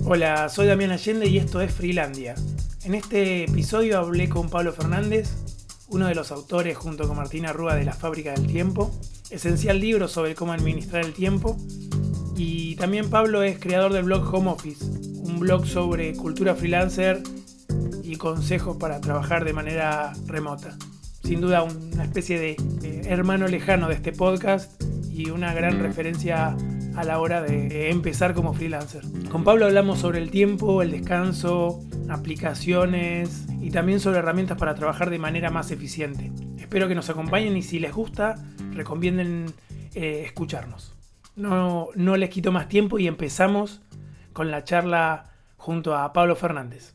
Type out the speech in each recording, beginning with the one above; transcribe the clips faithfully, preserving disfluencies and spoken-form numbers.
Hola, soy Damián Allende y esto es Freelandia. En este episodio hablé con Pablo Fernández, uno de los autores junto con Martina Rúa de La Fábrica del Tiempo, esencial libro sobre cómo administrar el tiempo. Y también Pablo es creador del blog Home Office, un blog sobre cultura freelancer y consejos para trabajar de manera remota. Sin duda una especie de eh, hermano lejano de este podcast y una gran referencia a la hora de empezar como freelancer. Con Pablo hablamos sobre el tiempo, el descanso, aplicaciones y también sobre herramientas para trabajar de manera más eficiente. Espero que nos acompañen y si les gusta, recomienden eh, escucharnos. No, no les quito más tiempo y empezamos con la charla junto a Pablo Fernández.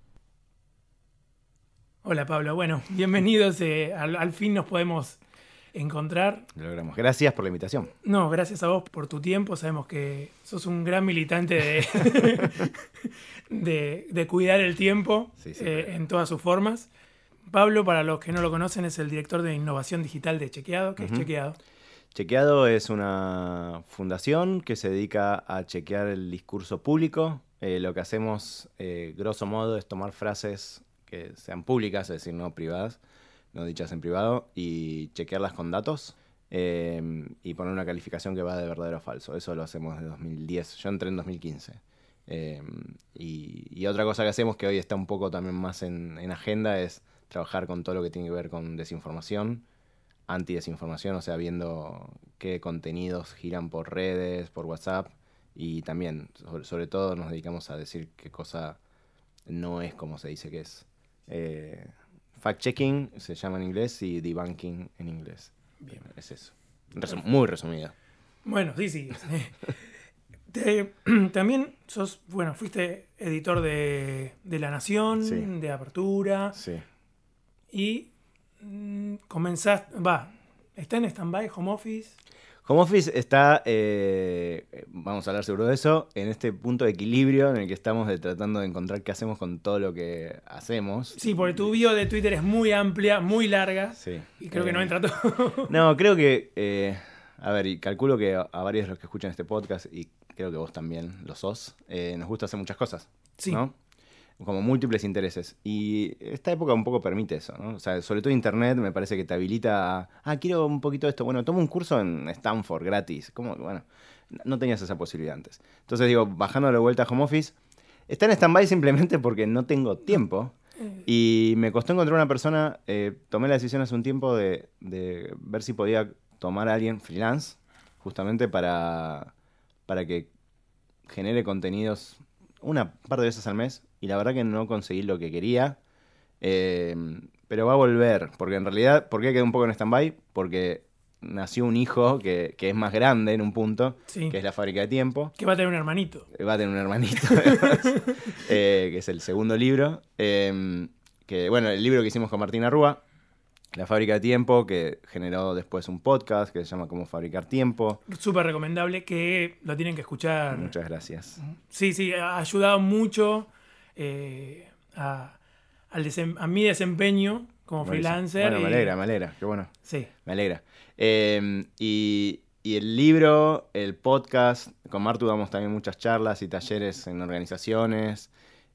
Hola Pablo, bueno, bienvenidos, eh, al, al fin nos podemos encontrar. Lo logramos. Gracias por la invitación. No, gracias a vos por tu tiempo. Sabemos que sos un gran militante de, de, de cuidar el tiempo sí, sí, eh, en todas sus formas. Pablo, para los que no lo conocen, es el director de innovación digital de Chequeado. ¿Qué uh-huh. es Chequeado? Chequeado es una fundación que se dedica a chequear el discurso público. Eh, lo que hacemos, eh, grosso modo, es tomar frases que sean públicas, es decir, no privadas, no dichas en privado, y chequearlas con datos eh, y poner una calificación que va de verdadero a falso. Eso lo hacemos desde dos mil diez. Yo entré en dos mil quince. Eh, y, y otra cosa que hacemos, que hoy está un poco también más en, en agenda, es trabajar con todo lo que tiene que ver con desinformación, antidesinformación, o sea, viendo qué contenidos giran por redes, por WhatsApp, y también, sobre, sobre todo, nos dedicamos a decir qué cosa no es como se dice que es. Eh, Fact-checking se llama en inglés y debunking en inglés. Bien. Es eso. Resum- muy resumida. Bueno, sí, sí. Te, también sos, bueno, fuiste editor de, de La Nación, sí. de Apertura. Sí. Y mmm, comenzaste, va, ¿está en stand-by Home Office? Home Office está, eh, vamos a hablar seguro de eso, en este punto de equilibrio en el que estamos de tratando de encontrar qué hacemos con todo lo que hacemos. Sí, porque tu bio de Twitter es muy amplia, muy larga, sí. y creo eh, que no entra todo. No, creo que, eh, a ver, y calculo que a, a varios de los que escuchan este podcast, y creo que vos también lo sos, eh, nos gusta hacer muchas cosas, sí. ¿no? Como múltiples intereses. Y esta época un poco permite eso, ¿no? O sea, sobre todo Internet me parece que te habilita a, ah, quiero un poquito de esto. Bueno, tomo un curso en Stanford gratis. ¿Cómo? Bueno, no tenías esa posibilidad antes. Entonces digo, bajando de vuelta a Home Office, está en stand-by simplemente porque no tengo tiempo. Y me costó encontrar una persona, eh, tomé la decisión hace un tiempo de, de ver si podía tomar a alguien freelance, justamente para, para que genere contenidos una par de veces al mes. Y la verdad que no conseguí lo que quería, eh, pero va a volver, porque en realidad, ¿por qué quedé un poco en stand-by? Porque nació un hijo que, que es más grande en un punto, sí. que es La Fábrica de Tiempo. Que va a tener un hermanito. Va a tener un hermanito, además, eh, que es el segundo libro. Eh, que bueno, el libro que hicimos con Martina Rúa, La Fábrica de Tiempo, que generó después un podcast que se llama Cómo Fabricar Tiempo. Súper recomendable, que lo tienen que escuchar. Muchas gracias. Sí, sí, ha ayudado mucho eh, a, al desem- a mi desempeño como Buenísimo. freelancer. Bueno, y... me alegra, me alegra, qué bueno. Sí. Me alegra. Eh, y, y el libro, el podcast, con Martu damos también muchas charlas y talleres en organizaciones.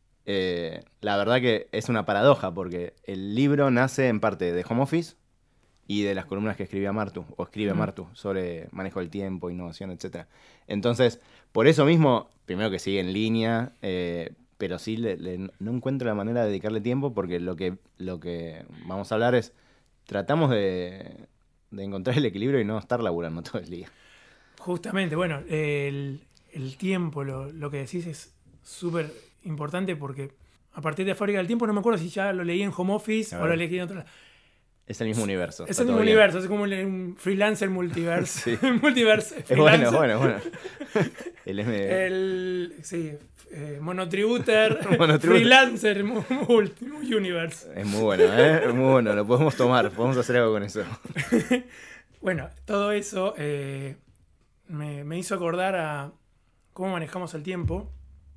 Eh, la verdad que es una paradoja, porque el libro nace en parte de Home Office y de las columnas que escribía Martu, o escribe Uh-huh. Martu, sobre manejo del tiempo, innovación, etcétera. Entonces, por eso mismo, primero que sigue en línea, eh, pero sí le, le, no encuentro la manera de dedicarle tiempo, porque lo que, lo que vamos a hablar es, tratamos de, de encontrar el equilibrio y no estar laburando todo el día. Justamente, bueno, el, el tiempo, lo, lo que decís es súper importante, porque a partir de Fábrica del Tiempo, no me acuerdo si ya lo leí en Home Office o lo leí en otro lado. Es el mismo universo. Es el mismo universo, es como un freelancer multiverso. Sí. Multiverse. Es bueno, bueno, bueno. El, M... el sí, eh, monotributer, monotributer, freelancer multi, universe. Es muy bueno, ¿eh? Es muy bueno, lo podemos tomar, podemos hacer algo con eso. Bueno, todo eso eh, me, me hizo acordar a cómo manejamos el tiempo.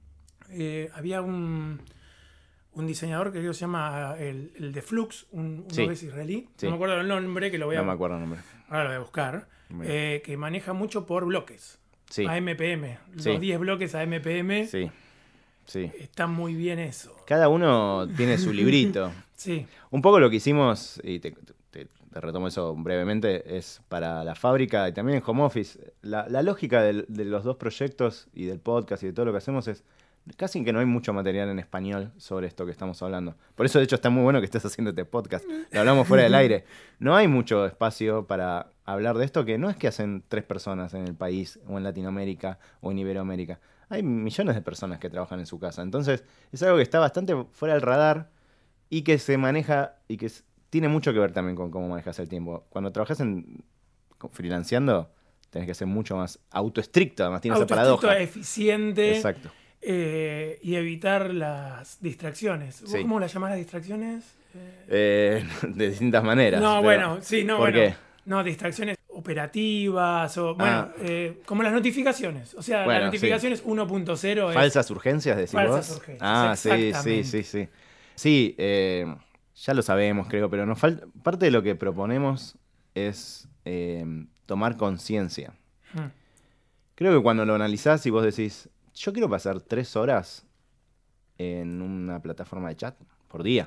Eh, había un... un diseñador que creo que se llama el, el de Flux, un, un sí. es israelí. Sí. No me acuerdo el nombre, que lo voy a... No me acuerdo el nombre. Ahora lo voy a buscar. Eh, que maneja mucho por bloques. Sí. A M P M. Los sí. diez bloques A M P M. Sí. Sí. Está muy bien eso. Cada uno tiene su librito. Sí. Un poco lo que hicimos, y te, te, te retomo eso brevemente, es para la fábrica y también en home office. La, la lógica de, de los dos proyectos y del podcast y de todo lo que hacemos es casi que no hay mucho material en español sobre esto que estamos hablando. Por eso, de hecho, está muy bueno que estés haciendo este podcast. Lo hablamos fuera del aire. No hay mucho espacio para hablar de esto, que no es que hacen tres personas en el país, o en Latinoamérica, o en Iberoamérica. Hay millones de personas que trabajan en su casa. Entonces, es algo que está bastante fuera del radar y que se maneja y que es, tiene mucho que ver también con cómo manejas el tiempo. Cuando trabajas en freelanceando, tenés que ser mucho más autoestricto, además tiene esa paradoja. Eficiente. Exacto. Eh, y evitar las distracciones. ¿Vos Sí. cómo las llamás las distracciones? Eh... Eh, de distintas maneras. No, pero... bueno, sí, no, ¿Por bueno. qué? No, distracciones operativas o, bueno, Ah. eh, como las notificaciones. O sea, Bueno, las notificaciones sí. uno punto cero es... Falsas urgencias, decís Falsas vos. urgencias, Ah, sí, sí, exactamente. sí, sí. Sí, eh, ya lo sabemos, creo, pero nos falta. Parte de lo que proponemos es eh, tomar conciencia. Hmm. Creo que cuando lo analizás y vos decís, yo quiero pasar tres horas en una plataforma de chat por día.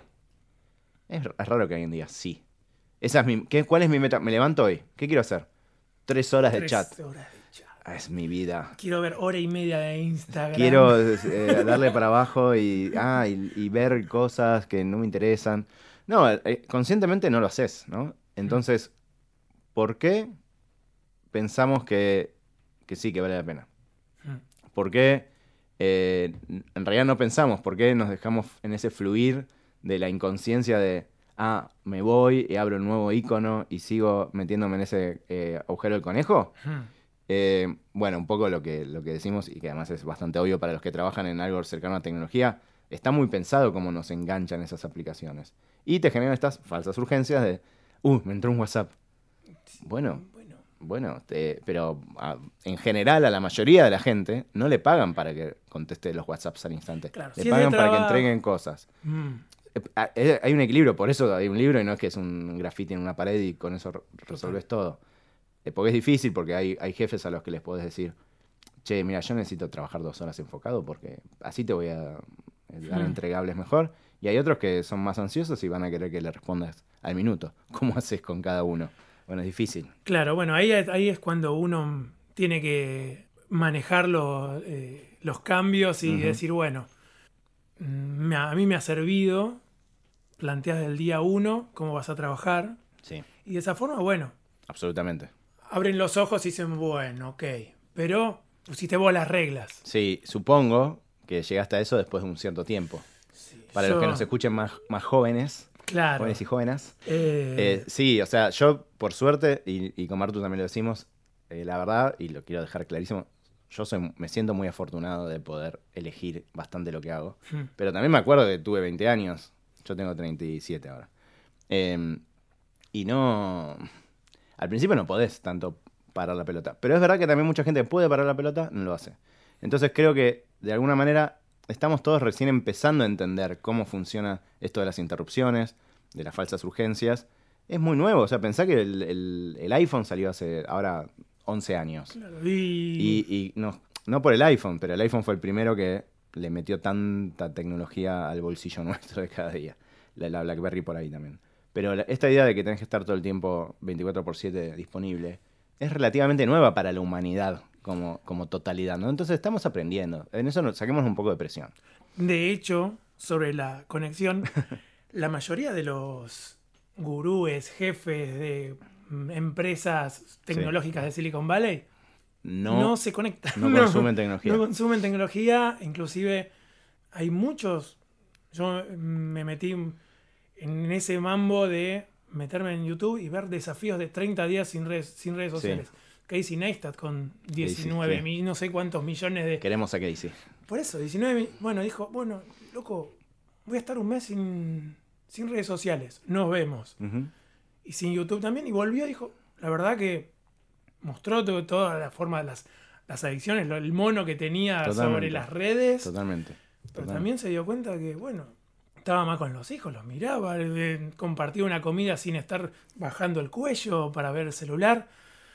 Es, es raro que hoy en día sí. Esa es mi, ¿qué, ¿Cuál es mi meta? Me levanto hoy. ¿Qué quiero hacer? Tres horas de Tres chat. horas de chat. Ah, es mi vida. Quiero ver hora y media de Instagram. Quiero eh, darle para abajo y, ah, y, y ver cosas que no me interesan. No, eh, conscientemente no lo haces, ¿no? Entonces, ¿por qué pensamos que, que sí, que vale la pena? ¿Por qué eh, en realidad no pensamos? ¿Por qué nos dejamos en ese fluir de la inconsciencia de, ah, me voy y abro un nuevo icono y sigo metiéndome en ese eh, agujero del conejo? Hmm. Eh, bueno, un poco lo que, lo que decimos, y que además es bastante obvio para los que trabajan en algo cercano a tecnología, está muy pensado cómo nos enganchan esas aplicaciones. Y te generan estas falsas urgencias de, uh, me entró un WhatsApp. Bueno, Bueno, bueno, te- pero a- en general a la mayoría de la gente no le pagan para que conteste los WhatsApps al instante. Claro, le si es de pagan para que trabajo. entreguen cosas. mm, Eh, ah, eh, Hay un equilibrio, por eso hay un libro y no es que es un grafiti en una pared y con eso re- resolves todo. Eh, Porque es difícil, porque hay, hay jefes a los que les podés decir, che, mira, yo necesito trabajar dos horas enfocado porque así te voy a eh, dar Hmm. entregables mejor. Y hay otros que son más ansiosos y van a querer que le respondas al minuto. ¿Cómo haces con cada uno? Bueno, es difícil. claro, bueno, ahí, es- ahí es cuando uno tiene que manejar los, eh, los cambios y Ujú. decir, bueno, mm, me ha- a mí me ha servido, planteas del día uno cómo vas a trabajar Sí, y de esa forma, bueno, absolutamente. abren los ojos y dicen, bueno, ok, pero pusiste vos las reglas. Sí, supongo que llegaste a eso después de un cierto tiempo. Sí, Para yo- los que nos escuchen más, más jóvenes, Claro. jóvenes y jóvenes. eh, Eh, sí, o sea, yo, por suerte, y, y con Martu también lo decimos, eh, la verdad, y lo quiero dejar clarísimo, yo soy, me siento muy afortunado de poder elegir bastante lo que hago. hmm, Pero también me acuerdo que tuve veinte años, yo tengo treinta y siete ahora. Eh, y no... Al principio no podés tanto parar la pelota. Pero es verdad que también mucha gente que puede parar la pelota no lo hace. Entonces creo que, de alguna manera, estamos todos recién empezando a entender cómo funciona esto de las interrupciones, de las falsas urgencias. Es muy nuevo, o sea, pensá que el, el- el iPhone salió hace ahora once años. claro, y, Y, y no, no por el iPhone, pero el iPhone fue el primero que le metió tanta tecnología al bolsillo nuestro de cada día. La, la BlackBerry por ahí también. Pero la- esta idea de que tenés que estar todo el tiempo veinticuatro por siete disponible es relativamente nueva para la humanidad como, como totalidad, ¿no? Entonces estamos aprendiendo. En eso nos, saquemos un poco de presión. de hecho, sobre la conexión, la mayoría de los gurúes, jefes de mm, empresas tecnológicas de Silicon Valley No, no, se conectan. no consumen tecnología. No consumen tecnología. Inclusive hay muchos. Yo me metí en ese mambo de meterme en YouTube y ver desafíos de treinta días sin redes, sin redes Sí. sociales. Casey Neistat con diecinueve sí. mil, no sé cuántos millones de... Queremos a Casey. Por eso, diecinueve mil. Bueno, dijo, bueno, loco, voy a estar un mes sin, sin redes sociales. Nos vemos. Ujú. Y sin YouTube también. Y volvió, dijo, la verdad que mostró to- toda la forma de las, las adicciones, lo- el mono que tenía Totalmente. sobre las redes. Totalmente. Pero Totalmente. también se dio cuenta que, bueno, estaba más con los hijos, los miraba, eh, compartía una comida sin estar bajando el cuello para ver el celular.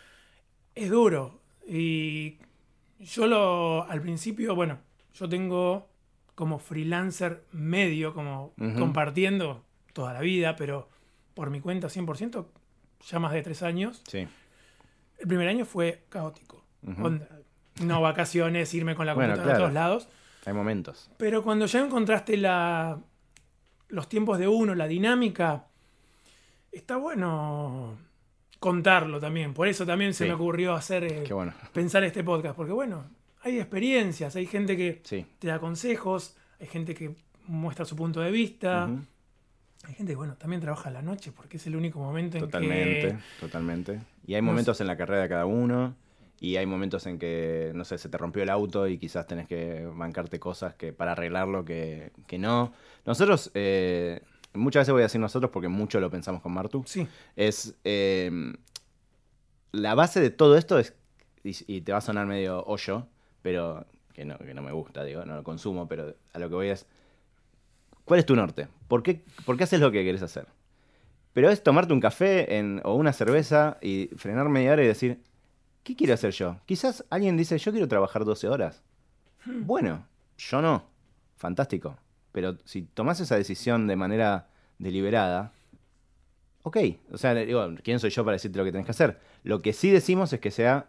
Es duro. Y yo lo, al principio, bueno, yo tengo como freelancer medio, como uh-huh. compartiendo toda la vida, pero por mi cuenta cien por ciento, ya más de tres años. Sí. El primer año fue caótico. Uh-huh. Onda, no vacaciones, irme con la bueno, computadora claro. a todos lados. Hay momentos. Pero cuando ya encontraste la, los tiempos de uno, la dinámica, está bueno contarlo también. Por eso también se sí. me ocurrió hacer eh, Qué bueno. pensar este podcast. Porque bueno, hay experiencias, hay gente que sí. te da consejos, hay gente que muestra su punto de vista. Uh-huh. Hay gente que, bueno, también trabaja a la noche porque es el único momento en totalmente, que... Totalmente, totalmente. Y hay momentos no... en la carrera de cada uno y hay momentos en que, no sé, se te rompió el auto y quizás tenés que bancarte cosas que para arreglarlo que, que no. Nosotros, eh, muchas veces voy a decir nosotros porque mucho lo pensamos con Martu. Sí. Es, eh, la base de todo esto es, y, y te va a sonar medio hoyo, pero que no, que no me gusta, digo, no lo consumo, pero a lo que voy es... ¿Cuál es tu norte? ¿Por qué, ¿Por qué haces lo que querés hacer? Pero es tomarte un café en, o una cerveza y frenar media hora y decir, ¿qué quiero hacer yo? Quizás alguien dice, yo quiero trabajar doce horas. Hmm. Bueno, yo no. Fantástico. Pero si tomás esa decisión de manera deliberada, ok. O sea, digo, ¿quién soy yo para decirte lo que tenés que hacer? Lo que sí decimos es que sea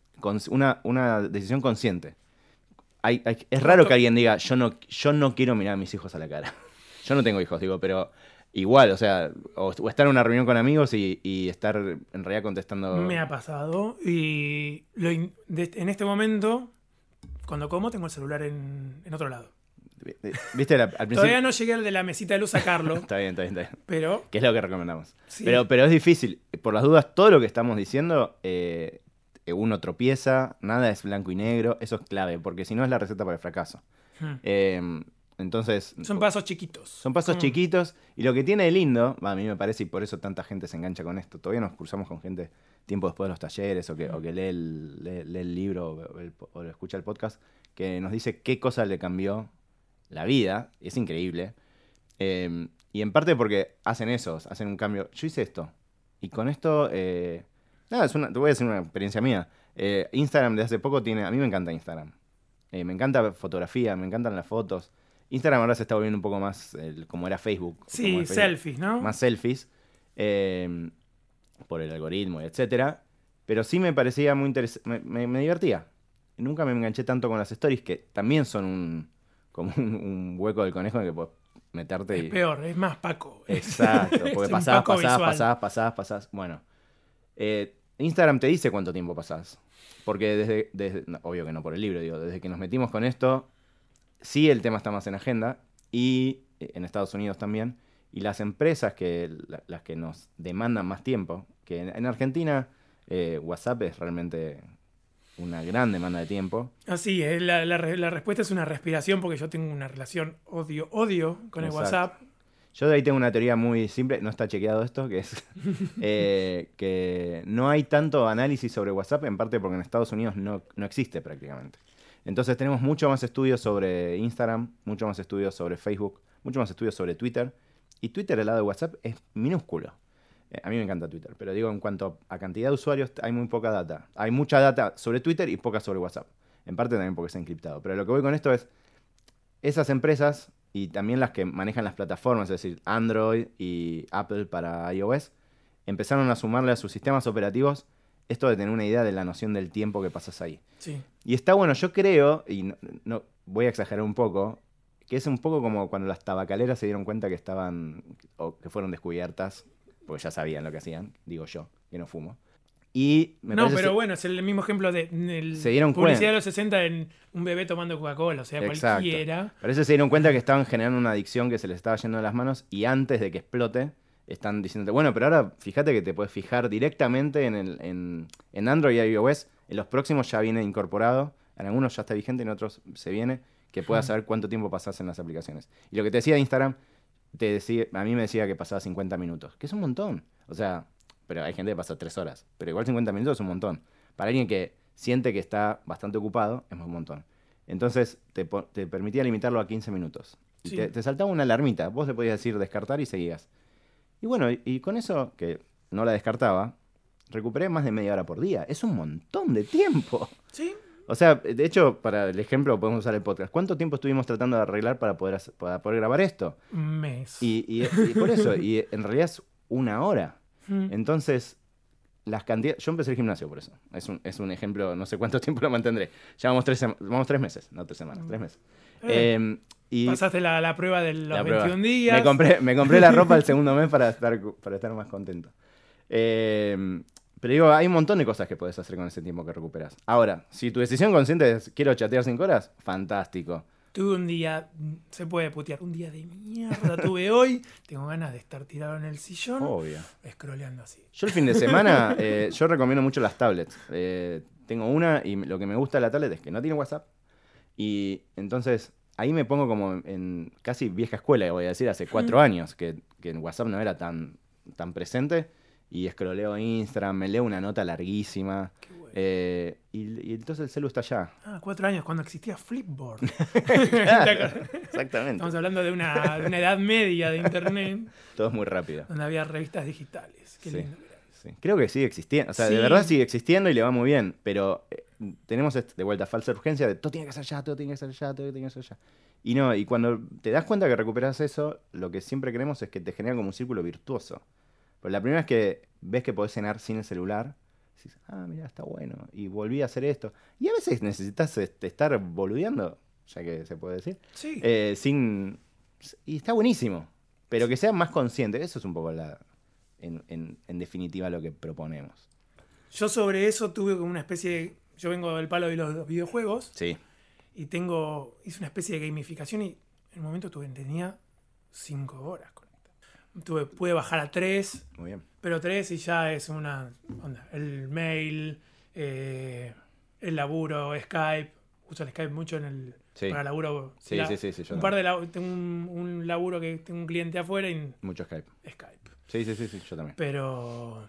una, una decisión consciente. Hay, hay, es raro que alguien diga, yo no, yo no quiero mirar a mis hijos a la cara. Yo no tengo hijos, digo, pero igual, o sea, o, o estar en una reunión con amigos y, y estar en realidad contestando... Me ha pasado y lo in, de, en este momento, cuando como, tengo el celular en, en otro lado. ¿Viste? La, al principio... Todavía no llegué al de la mesita de luz a sacarlo. Está bien, está bien, está bien. Pero... Que es lo que recomendamos. Sí. Pero, pero es difícil. Por las dudas, todo lo que estamos diciendo, eh, uno tropieza, nada es blanco y negro. Eso es clave, porque si no es la receta para el fracaso. Hmm. Eh, Entonces, son pasos chiquitos. Son pasos ¿Cómo? chiquitos. Y lo que tiene de lindo, a mí me parece, y por eso tanta gente se engancha con esto. Todavía nos cruzamos con gente tiempo después de los talleres o que, o que lee, el, lee, lee el libro o, el, o escucha el podcast, que nos dice qué cosa le cambió la vida. Es increíble. Eh, y en parte porque hacen eso, hacen un cambio. Yo hice esto. Y con esto, eh, nada, es una, te voy a decir una experiencia mía. Eh, Instagram de hace poco tiene, a mí me encanta Instagram. Eh, me encanta fotografía, me encantan las fotos. Instagram ahora se está volviendo un poco más el, como era Facebook. Sí, Facebook, selfies, ¿no? Más selfies, eh, por el algoritmo, etcétera. Pero sí me parecía muy interesante, me, me, me divertía. Nunca me enganché tanto con las stories, que también son un como un, un hueco del conejo en el que puedes meterte. Es y... peor, es más Paco. Exacto, porque pasás, pasás, pasás, pasás, pasás. Bueno, eh, Instagram te dice cuánto tiempo pasás. Porque desde, desde no, obvio que no por el libro, digo, desde que nos metimos con esto... Sí, el tema está más en agenda y en Estados Unidos también. Y las empresas que la, las que nos demandan más tiempo, que en, en Argentina eh, WhatsApp es realmente una gran demanda de tiempo. Así es, la, la, la respuesta es una respiración porque yo tengo una relación odio-odio con Exacto. el WhatsApp. Yo de ahí tengo una teoría muy simple, no está chequeado esto, que es eh, que no hay tanto análisis sobre WhatsApp, en parte porque en Estados Unidos no, no existe prácticamente. Entonces tenemos mucho más estudios sobre Instagram, mucho más estudios sobre Facebook, mucho más estudios sobre Twitter. Y Twitter al lado de WhatsApp es minúsculo. Eh, a mí me encanta Twitter, pero digo, en cuanto a cantidad de usuarios, hay muy poca data. Hay mucha data sobre Twitter y poca sobre WhatsApp. En parte también porque está encriptado. Pero lo que voy con esto es, esas empresas y también las que manejan las plataformas, es decir, Android y Apple para iOS, empezaron a sumarle a sus sistemas operativos esto de tener una idea de la noción del tiempo que pasas ahí. Sí. Y está bueno, yo creo, y no, no voy a exagerar un poco, que es un poco como cuando las tabacaleras se dieron cuenta que estaban, o que fueron descubiertas, porque ya sabían lo que hacían, digo yo, que no fumo. Y me no, pero se, bueno, es el mismo ejemplo de el se dieron publicidad cuenta. de los sesenta en un bebé tomando Coca-Cola, o sea, Exacto. cualquiera. Pero eso se dieron cuenta que estaban generando una adicción que se les estaba yendo de las manos y antes de que explote, están diciéndote, bueno, pero ahora fíjate que te puedes fijar directamente en, el, en, en Android y iOS. En los próximos ya viene incorporado. En algunos ya está vigente, en otros se viene. Que puedas saber cuánto tiempo pasás en las aplicaciones. Y lo que te decía de Instagram, te decía, a mí me decía que pasaba cincuenta minutos. Que es un montón. O sea, pero hay gente que pasa tres horas. Pero igual cincuenta minutos es un montón. Para alguien que siente que está bastante ocupado, es un montón. Entonces te, te permitía limitarlo a quince minutos. Y sí. te, te saltaba una alarmita. Vos le podías decir descartar y seguías. Y bueno, y, y con eso, que no la descartaba, recuperé más de media hora por día. Es un montón de tiempo. Sí, O sea, de hecho, para el ejemplo podemos usar el podcast. ¿Cuánto tiempo estuvimos tratando de arreglar para poder, hacer- para poder grabar esto? Un mes. Y, y- y por eso, y en realidad es una hora. Mm. Entonces, las cantidades... Yo empecé el gimnasio por eso. Es un, es un ejemplo, no sé cuánto tiempo lo mantendré. Ya vamos tres, sema- vamos tres meses, no tres semanas, tres meses. Eh, Eh, y Pasaste la, la prueba de los la prueba. veintiún días. Me compré, me compré la ropa el segundo mes para estar, para estar más contento. Eh, pero digo, hay un montón de cosas que puedes hacer con ese tiempo que recuperas. Ahora, si tu decisión consciente es quiero chatear cinco horas, fantástico. Tuve un día, se puede putear, un día de mierda tuve hoy. Tengo ganas de estar tirado en el sillón, Obvio. scrolleando así. Yo el fin de semana, eh, yo recomiendo mucho las tablets. Eh, tengo una y lo que me gusta de la tablet es que no tiene WhatsApp. Y entonces ahí me pongo como en casi vieja escuela, voy a decir, hace cuatro años, que, que en WhatsApp no era tan, tan presente. Y scrolleo Instagram, me leo una nota larguísima. Qué bueno. eh, y, y entonces el celu está allá. Ah, cuatro años, cuando existía Flipboard. Claro, exactamente. Estamos hablando de una, de una edad media de internet, Todo es muy rápido. donde había revistas digitales. Qué Sí. lindo que era eso. Sí. Creo que sigue existiendo. O sea, Sí. de verdad sigue existiendo y le va muy bien. Pero eh, tenemos este- de vuelta falsa urgencia de todo tiene que ser ya, todo tiene que ser ya, todo tiene que ser ya. Y no, y cuando te das cuenta que recuperas eso, lo que siempre queremos es que te genera como un círculo virtuoso. Pero la primera vez que ves que podés cenar sin el celular, decís, ah, mira, está bueno. Y volví a hacer esto. Y a veces necesitas este, estar boludeando, ya que se puede decir, Sí. eh, sin. Y está buenísimo. Pero que sea más consciente. Eso es un poco la. En, en- en definitiva lo que proponemos. Yo sobre eso tuve como una especie de... Yo vengo del palo de los videojuegos Sí. y tengo... Hice una especie de gamificación y en un momento tuve, tenía cinco horas conectado. Tuve, pude bajar a tres, Muy bien. pero tres y ya es una onda. El mail, eh, el laburo, Skype. Uso el Skype mucho en el... Sí. Para laburo. Sí, La- sí, sí, sí, yo un par de lab- tengo un, un laburo que tengo un cliente afuera y Mucho Skype. Skype. Sí, sí, sí, sí, yo también. Pero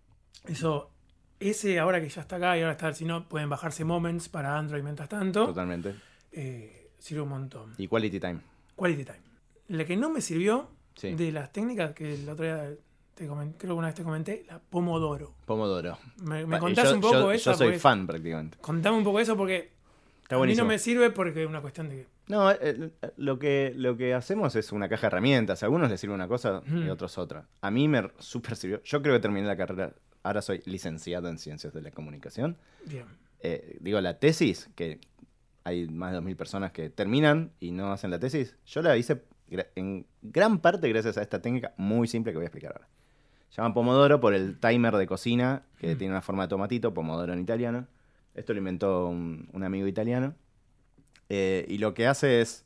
eso, ese ahora que ya está acá y ahora está, si no, pueden bajarse Moments para Android mientras tanto. Totalmente. Eh, sirve un montón. Y quality time. Quality time. La que no me sirvió Sí. de las técnicas que el otro día te comenté, creo que una vez te comenté, la Pomodoro. Pomodoro. ¿Me, me Pa- contás yo, un poco yo- esa? Yo soy Porque- fan prácticamente. Contame un poco eso porque Está a mí buenísimo. no me sirve porque es una cuestión de que... No, eh, eh, lo que, lo que hacemos es una caja de herramientas. A algunos les sirve una cosa y Mm. a otros otra. A mí me súper sirvió. Yo creo que terminé la carrera. Ahora soy licenciado en Ciencias de la Comunicación. Bien. Eh, digo, la tesis, que hay más de dos mil personas que terminan y no hacen la tesis, yo la hice gra- en gran parte gracias a esta técnica muy simple que voy a explicar ahora. Se llama Pomodoro por el timer de cocina, que Mm. tiene una forma de tomatito, Pomodoro en italiano. Esto lo inventó un, un amigo italiano. Eh, y lo que hace es,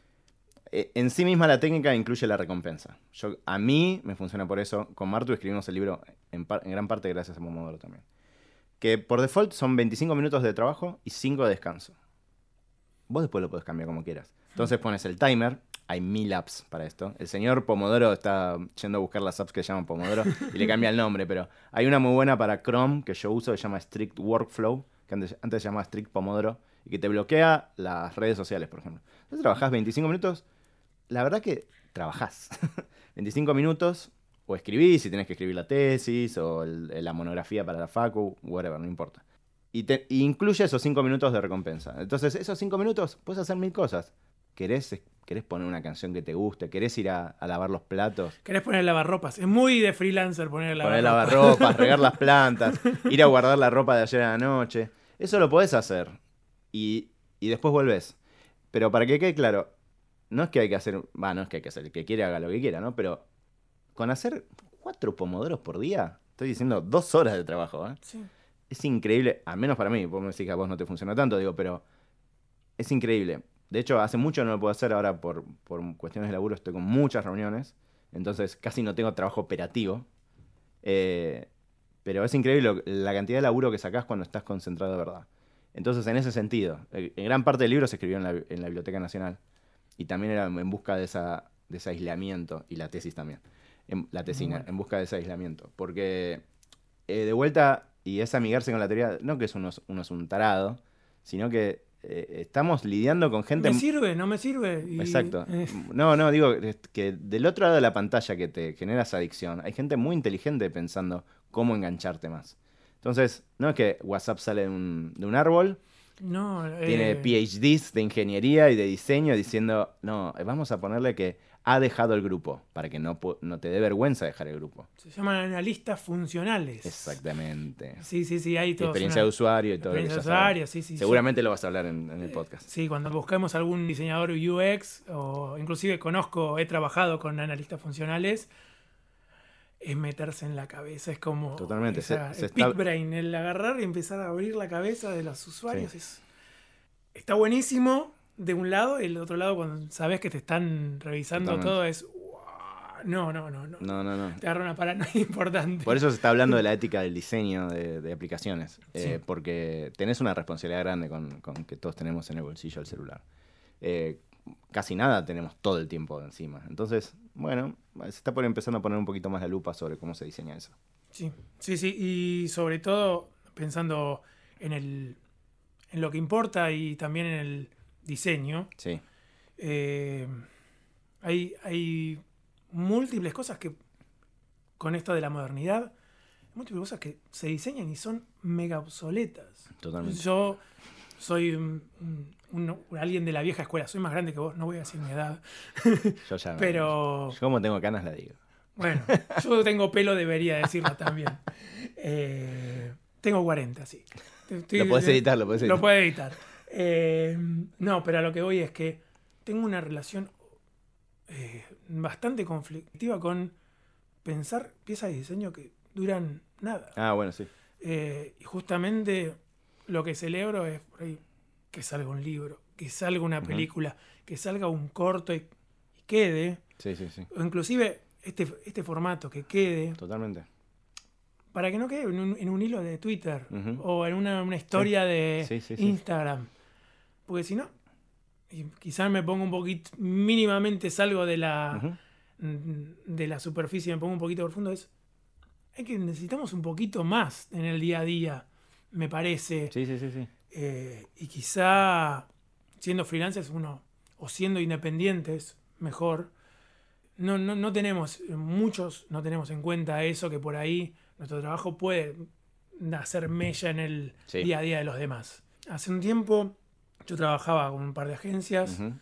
eh, en sí misma la técnica incluye la recompensa. Yo, a mí me funciona por eso. Con Martu escribimos el libro en, par- en gran parte gracias a Pomodoro también. Que por default son veinticinco minutos de trabajo y cinco de descanso. Vos después lo podés cambiar como quieras. Entonces pones el timer. Hay mil apps para esto. El señor Pomodoro está yendo a buscar las apps que llaman Pomodoro y le cambia el nombre, pero hay una muy buena para Chrome que yo uso que se llama Strict Workflow, que antes, antes se llamaba Strict Pomodoro, y que te bloquea las redes sociales, por ejemplo. Entonces trabajás veinticinco minutos. La verdad que trabajás. veinticinco minutos, o escribís si tenés que escribir la tesis, o el- la monografía para la facu, whatever, no importa. Y, te, y incluye esos cinco minutos de recompensa. Entonces, esos cinco minutos puedes hacer mil cosas. ¿Querés, querés poner una canción que te guste? ¿Querés ir a, a lavar los platos? ¿Querés poner lavarropas? Es muy de freelancer poner Poner lavarropas. lavarropas, regar las plantas, ir a guardar la ropa de ayer a la noche. Eso lo podés hacer. Y, y después volvés. Pero para que quede claro, no es que hay que hacer... Va, no es que hay que hacer. El que quiere haga lo que quiera, ¿no? Pero con hacer cuatro pomodoros por día, estoy diciendo dos horas de trabajo, ¿eh? Sí. Es increíble, al menos para mí, vos me decís que a vos no te funciona tanto, digo, pero es increíble. De hecho, hace mucho no lo puedo hacer, ahora por, por cuestiones de laburo estoy con muchas reuniones, entonces casi no tengo trabajo operativo. Eh, pero es increíble lo- la cantidad de laburo que sacás cuando estás concentrado de verdad. Entonces, en ese sentido, eh, en gran parte del libro se escribió en la, en la Biblioteca Nacional y también era en busca de, esa, de ese aislamiento, y la tesis también, en, la tesina, Bueno. en busca de ese aislamiento. Porque eh, de vuelta, y es amigarse con la teoría, no que es uno, es- uno es un tarado, sino que eh, estamos lidiando con gente... ¿Me sirve? ¿No me sirve? Y- Exacto. eh, No, no, digo que del otro lado de la pantalla que te genera esa adicción, hay gente muy inteligente pensando cómo engancharte más. Entonces, no es que WhatsApp sale de un, de un árbol No, eh... Tiene P H Ds de ingeniería y de diseño diciendo, no, vamos a ponerle que ha dejado el grupo, para que no, no te dé vergüenza dejar el grupo. Se llaman analistas funcionales. Exactamente. Sí, sí, sí, hay todo. Experiencia una... de usuario y todo Experiencia lo que de usuario, sí, sí. Seguramente sí. lo vas a hablar en, en el podcast. Sí, cuando buscamos algún diseñador U X, o inclusive conozco, he trabajado con analistas funcionales, es meterse en la cabeza, es como Totalmente. Esa, se, se el está... big brain, el agarrar y empezar a abrir la cabeza de los usuarios. Sí. Es, está buenísimo de un lado, y el otro lado cuando sabes que te están revisando Totalmente. Todo es wow, no, no, no, no. No, no, no. Te agarra una paranoia importante. Por eso se está hablando de la ética del diseño de, de aplicaciones, sí. eh, porque tenés una responsabilidad grande con, con que todos tenemos en el bolsillo el celular. Eh, casi nada tenemos todo el tiempo encima. Entonces, bueno, se está por empezando a poner un poquito más la lupa sobre cómo se diseña eso. Sí, sí, sí. Y sobre todo pensando en el en lo que importa y también en el diseño. Sí. Eh, hay, hay múltiples cosas que, con esto de la modernidad, múltiples cosas que se diseñan y son mega obsoletas. Totalmente. Yo soy un, un, un, alguien de la vieja escuela, soy más grande que vos, no voy a decir mi edad. Yo ya. Pero... Yo como tengo canas la digo. Bueno, yo tengo pelo, debería decirlo también. Eh, tengo cuarenta, sí. Estoy, lo podés editar, lo podés editar. Lo puedo editar. Eh, no, pero a lo que voy es que tengo una relación eh, bastante conflictiva con pensar piezas de diseño que duran nada. Ah, bueno, sí. Eh, y justamente lo que celebro es por ahí, que salga un libro, que salga una película, uh-huh. que salga un corto y, y quede. Sí, sí, sí. O inclusive este, este formato que quede. Totalmente. Para que no quede en un, en un hilo de Twitter uh-huh. o en una, una historia sí. de sí, sí, sí. Instagram. Porque si no, y quizás me pongo un poquito, mínimamente salgo de la, uh-huh. de la superficie, me pongo un poquito profundo, es hay que necesitamos un poquito más en el día a día, me parece. Sí, sí, sí, sí. Eh, y quizá siendo freelancers uno, o siendo independientes, mejor. No, no, no tenemos, muchos no tenemos en cuenta eso, que por ahí nuestro trabajo puede hacer mella en el sí. día a día de los demás. Hace un tiempo yo trabajaba con un par de agencias uh-huh.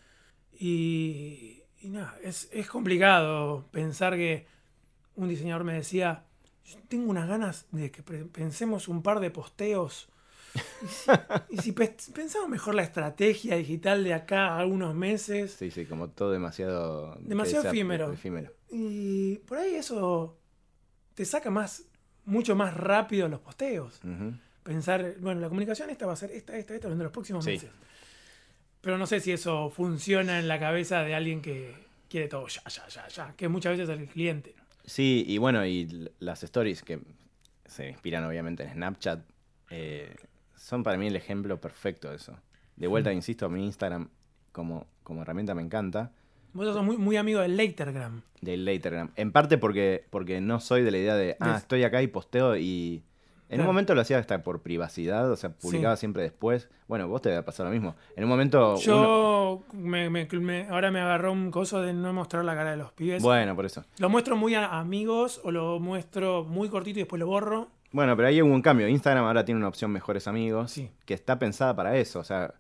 y, y nada, es, es complicado pensar que un diseñador me decía, yo tengo unas ganas de que pensemos un par de posteos y si, y si pe- pensamos mejor la estrategia digital de acá a algunos meses. Sí, sí, como todo demasiado... Demasiado efímero. efímero. Y por ahí eso te saca más, mucho más rápido los posteos. Uh-huh. Pensar, bueno, la comunicación esta va a ser esta, esta, esta, en los próximos sí. meses. Pero no sé si eso funciona en la cabeza de alguien que quiere todo ya, ya, ya, ya. Que muchas veces es el cliente. Sí, y bueno, y las stories que se inspiran obviamente en Snapchat, eh, son para mí el ejemplo perfecto de eso. De vuelta, mm. insisto, a mi Instagram como, como herramienta me encanta. Vos sos muy, muy amigo del Latergram. Del Latergram. En parte porque, porque no soy de la idea de, ah, estoy acá y posteo y... En claro. un momento lo hacía hasta por privacidad, o sea, publicaba sí. siempre después. Bueno, vos te va a pasar lo mismo. En un momento... Yo, uno... me, me, me, ahora me agarró un coso de no mostrar la cara de los pibes. Bueno, por eso. Lo muestro muy a amigos o lo muestro muy cortito y después lo borro. Bueno, pero ahí hubo un cambio. Instagram ahora tiene una opción Mejores Amigos, sí. que está pensada para eso, o sea...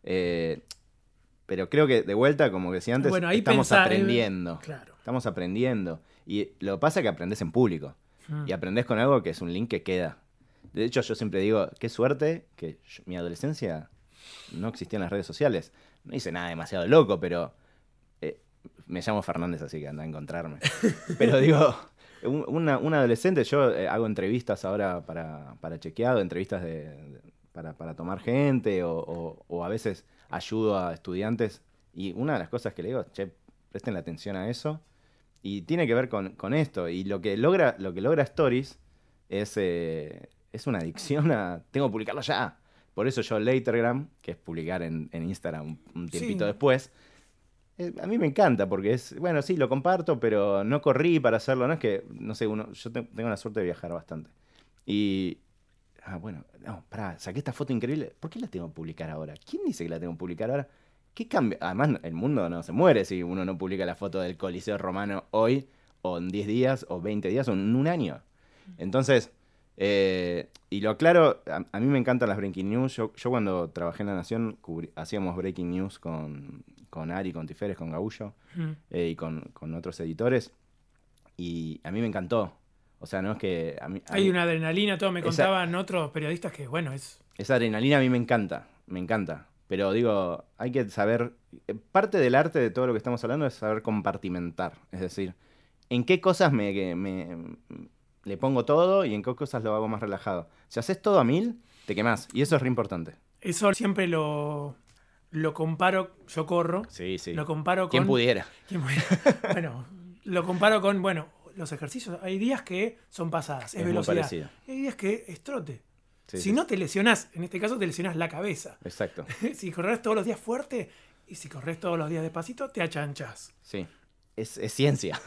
Eh, pero creo que, de vuelta, como decía antes, bueno, ahí estamos pensar, aprendiendo. Eh, claro. Estamos aprendiendo. Y lo que pasa es que aprendés en público. Mm. Y aprendés con algo que es un link que queda. De hecho, yo siempre digo, qué suerte que yo, mi adolescencia no existían las redes sociales. No hice nada demasiado loco, pero eh, me llamo Fernández, así que anda a encontrarme. Pero digo, un, una, un adolescente, yo eh, hago entrevistas ahora para, para Chequeado, entrevistas de, de, para, para tomar gente, o, o, o a veces ayudo a estudiantes. Y una de las cosas que le digo, che, presten la atención a eso. Y tiene que ver con, con esto. Y lo que logra, lo que logra Stories es... Eh, es una adicción a... Tengo que publicarlo ya. Por eso yo Latergram, que es publicar en, en Instagram un, un tiempito sí. después, eh, a mí me encanta porque es... Bueno, sí, lo comparto, pero no corrí para hacerlo. No es que, no sé, uno, yo te, tengo la suerte de viajar bastante. Y... Ah, bueno, no, pará, saqué esta foto increíble. ¿Por qué la tengo que publicar ahora? ¿Quién dice que la tengo que publicar ahora? ¿Qué cambia? Además, el mundo no se muere si uno no publica la foto del Coliseo Romano hoy, o en diez días, o veinte días, o en un año. Entonces... Eh, y lo aclaro, a, a mí me encantan las breaking news. Yo, yo cuando trabajé en La Nación cubrí, hacíamos breaking news con, con Ari, con Tiferes, con Gaullo mm. eh, y con, con otros editores. Y a mí me encantó. O sea, no es que... A mí, a Hay mí, una adrenalina, todo me contaban esa, otros periodistas que, bueno, es... Esa adrenalina a mí me encanta, me encanta. Pero digo, hay que saber... Parte del arte de todo lo que estamos hablando es saber compartimentar. Es decir, en qué cosas me... me le pongo todo y en qué cosas lo hago más relajado. Si haces todo a mil, te quemás. Y eso es re importante. Eso siempre lo, lo comparo, yo corro. Sí, sí. Lo comparo con... ¿Quién pudiera? ¿Quién pudiera? Bueno, lo comparo con, bueno, los ejercicios. Hay días que son pasadas, es, es velocidad. Y hay días que es trote. Sí, si sí. no te lesionás, en este caso te lesionás la cabeza. Exacto. Si corres todos los días fuerte y si corres todos los días despacito, te achanchás. Sí, es, es ciencia.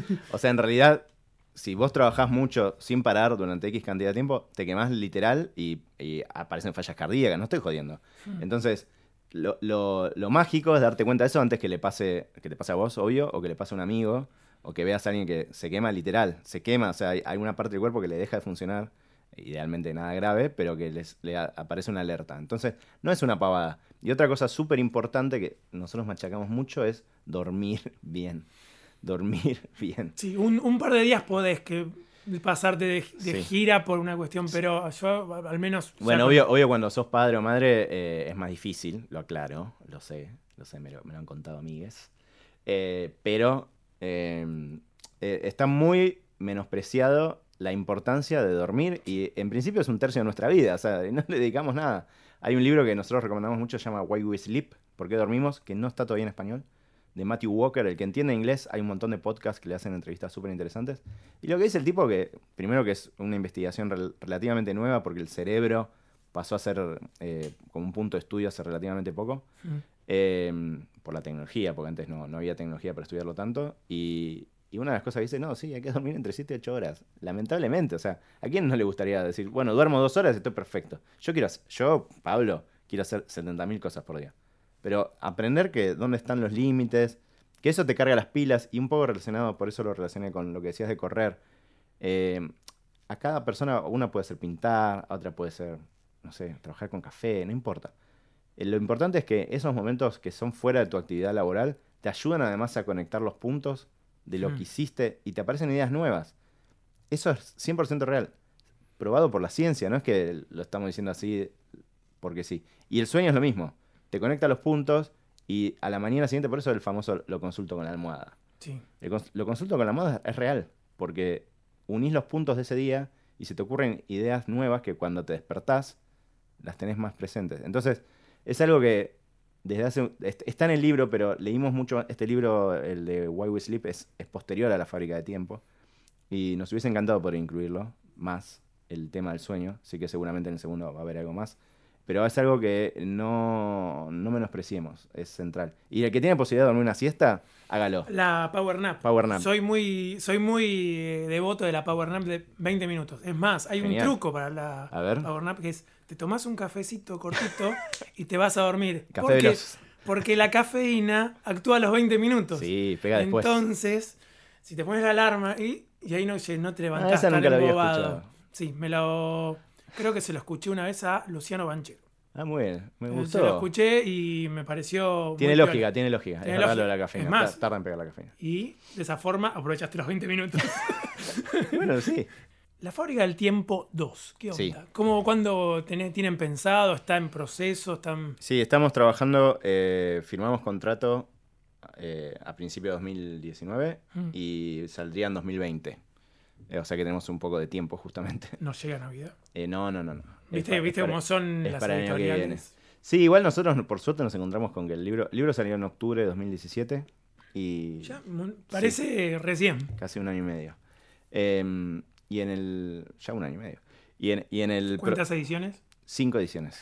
O sea, en realidad... Si vos trabajás mucho sin parar durante X cantidad de tiempo, te quemás literal y, y aparecen fallas cardíacas, no estoy jodiendo. Hmm. Entonces, lo, lo, lo mágico es darte cuenta de eso antes que le pase, que te pase a vos, obvio, o que le pase a un amigo, o que veas a alguien que se quema literal, se quema, o sea, hay, hay una parte del cuerpo que le deja de funcionar, idealmente nada grave, pero que les, le a, aparece una alerta. Entonces, no es una pavada. Y otra cosa súper importante que nosotros machacamos mucho es dormir bien. Dormir bien. Sí, un, un par de días podés que pasarte de, de sí. gira por una cuestión, pero yo al menos... Bueno, obvio, con... obvio cuando sos padre o madre eh, es más difícil, lo aclaro, lo sé, lo sé, me lo, me lo han contado amigues. Eh, pero eh, eh, está muy menospreciado la importancia de dormir y en principio es un tercio de nuestra vida, o sea, no le dedicamos nada. Hay un libro que nosotros recomendamos mucho, se llama Why We Sleep, ¿Por qué dormimos?, que no está todavía en español, de Matthew Walker. El que entiende inglés, hay un montón de podcasts que le hacen entrevistas súper interesantes. Y lo que dice el tipo, que primero que es una investigación rel- relativamente nueva, porque el cerebro pasó a ser eh, como un punto de estudio hace relativamente poco, mm. eh, por la tecnología, porque antes no, no había tecnología para estudiarlo tanto. Y, y una de las cosas que dice, no, sí, hay que dormir entre siete y ocho horas. Lamentablemente, o sea, ¿a quién no le gustaría decir, bueno, duermo dos horas y estoy perfecto? Yo quiero hacer, yo, Pablo, quiero hacer setenta mil cosas por día. Pero aprender que dónde están los límites, que eso te carga las pilas, y un poco relacionado, por eso lo relacioné con lo que decías de correr. Eh, a cada persona, una puede ser pintar, a otra puede ser, no sé, trabajar con café, no importa. Eh, lo importante es que esos momentos que son fuera de tu actividad laboral te ayudan además a conectar los puntos de lo hmm. que hiciste y te aparecen ideas nuevas. Eso es cien por ciento real, probado por la ciencia, no es que lo estamos diciendo así porque sí. Y el sueño es lo mismo. Te conecta los puntos y a la mañana siguiente, por eso el famoso lo consulto con la almohada. Sí. El cons- lo consulto con la almohada es real, porque unís los puntos de ese día y se te ocurren ideas nuevas que cuando te despertás las tenés más presentes. Entonces, es algo que desde hace está en el libro, pero leímos mucho. Este libro, el de Why We Sleep, es, es posterior a La Fábrica de Tiempo y nos hubiese encantado poder incluirlo más, el tema del sueño, así que seguramente en el segundo va a haber algo más. Pero es algo que no, no menospreciemos, es central. Y el que tiene posibilidad de dormir una siesta, hágalo. La Power Nap. Power Nap. Soy muy, soy muy devoto de la Power Nap de veinte minutos. Es más, hay Genial. un truco para la a ver. Power Nap que es, te tomás un cafecito cortito y te vas a dormir. Café porque, veloz. Porque la cafeína actúa a los veinte minutos. Sí, pega después. Entonces, si te pones la alarma y, y ahí no, no te levantás ah, esa tan nunca la había embobado. escuchado. Sí, me lo... Creo que se lo escuché una vez a Luciano Banchero. Ah, muy bien, me gustó. Se lo escuché y me pareció... Tiene muy lógica, piola. tiene lógica. Tiene es lógica. Lo de la cafeína. Es más, tarda en pegar la cafeína. Y de esa forma aprovechaste los veinte minutos. Bueno, sí. La Fábrica del Tiempo dos, ¿qué onda? Sí. ¿Cómo, cuándo tenés, tienen pensado? ¿Está en proceso? ¿Están... Sí, estamos trabajando, eh, firmamos contrato eh, a principios de dos mil diecinueve mm. y saldría en dos mil veinte. Eh, o sea que tenemos un poco de tiempo justamente. ¿No llega Navidad? Eh, no, no, no. no. ¿Viste, para, ¿viste para, cómo son las editoriales? Sí, igual nosotros por suerte nos encontramos con que el libro, el libro salió en octubre de dos mil diecisiete y... Ya, parece sí, recién. Casi un año y medio. Eh, y en el... Ya un año y medio. Y en, y en el... ¿Cuántas ediciones? Cinco ediciones.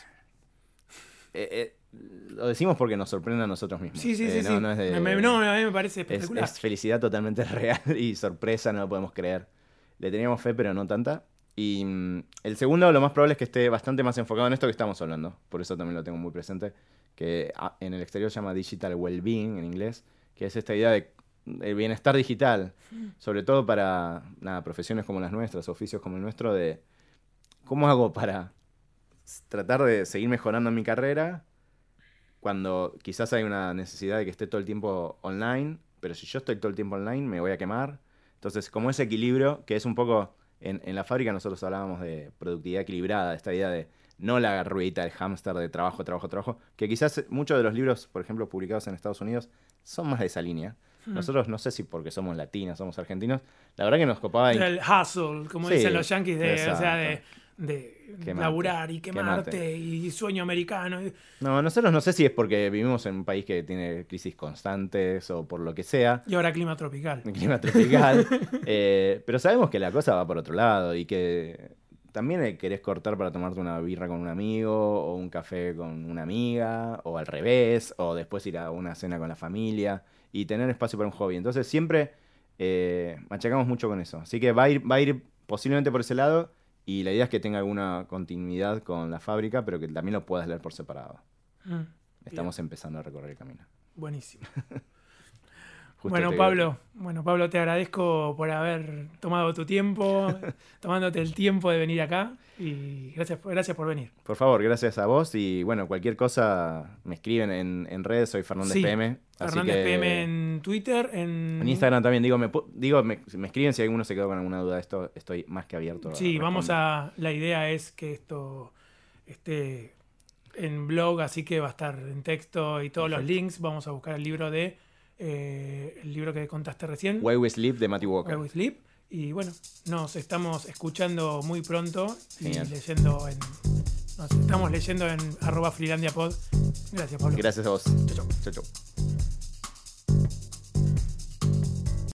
Eh, eh, lo decimos porque nos sorprende a nosotros mismos. Sí, sí, eh, sí. No, sí. no, es de, me, no, a mí me parece espectacular. Es, es felicidad totalmente real y sorpresa, no lo podemos creer. Le teníamos fe, pero no tanta. Y mm, el segundo, lo más probable es que esté bastante más enfocado en esto que estamos hablando. Por eso también lo tengo muy presente. Que a, en el exterior se llama Digital Wellbeing en inglés, que es esta idea de el bienestar digital, sobre todo para nada, profesiones como las nuestras, oficios como el nuestro, de, ¿cómo hago para tratar de seguir mejorando mi carrera cuando quizás hay una necesidad de que esté todo el tiempo online, pero si yo estoy todo el tiempo online me voy a quemar? Entonces, como ese equilibrio, que es un poco, en, en la fábrica nosotros hablábamos de productividad equilibrada, esta idea de no la ruedita del hámster de trabajo, trabajo, trabajo, que quizás muchos de los libros, por ejemplo, publicados en Estados Unidos, son más de esa línea. Hmm. Nosotros, no sé si porque somos latinos, somos argentinos, la verdad que nos copaba... El hustle, como sí, dicen los yanquis, de, o sea, de, de laburar y quemarte, quemarte y sueño americano. No, nosotros no sé si es porque vivimos en un país que tiene crisis constantes o por lo que sea. Y ahora clima tropical. Clima tropical. eh, pero sabemos que la cosa va por otro lado y que también querés cortar para tomarte una birra con un amigo o un café con una amiga o al revés, o después ir a una cena con la familia y tener espacio para un hobby. Entonces siempre eh, machacamos mucho con eso. Así que va a ir, va a ir posiblemente por ese lado. Y la idea es que tenga alguna continuidad con la fábrica, pero que también lo puedas leer por separado. Mm, Estamos bien. empezando a recorrer el camino. Buenísimo. Bueno, Pablo, bueno, Pablo, te agradezco por haber tomado tu tiempo, tomándote el tiempo de venir acá. Y gracias, gracias por venir. Por favor, gracias a vos. Y bueno, cualquier cosa me escriben en, en redes, soy Fernández sí, P M. Fernández así que, P M en Twitter, en... en Instagram también. Digo, me, digo me, me escriben si alguno se quedó con alguna duda de esto, estoy más que abierto. Sí, a vamos a... La idea es que esto esté en blog, así que va a estar en texto y todos Perfecto. Los links. Vamos a buscar el libro de... Eh, el libro que contaste recién. Why We Sleep, de Matthew Walker. Why We Sleep. Y bueno, nos estamos escuchando muy pronto. Genial. Y leyendo en... Nos estamos leyendo en arroba freelandiapod. Gracias, Pablo. Gracias a vos. Chau, chau. Chau, chau.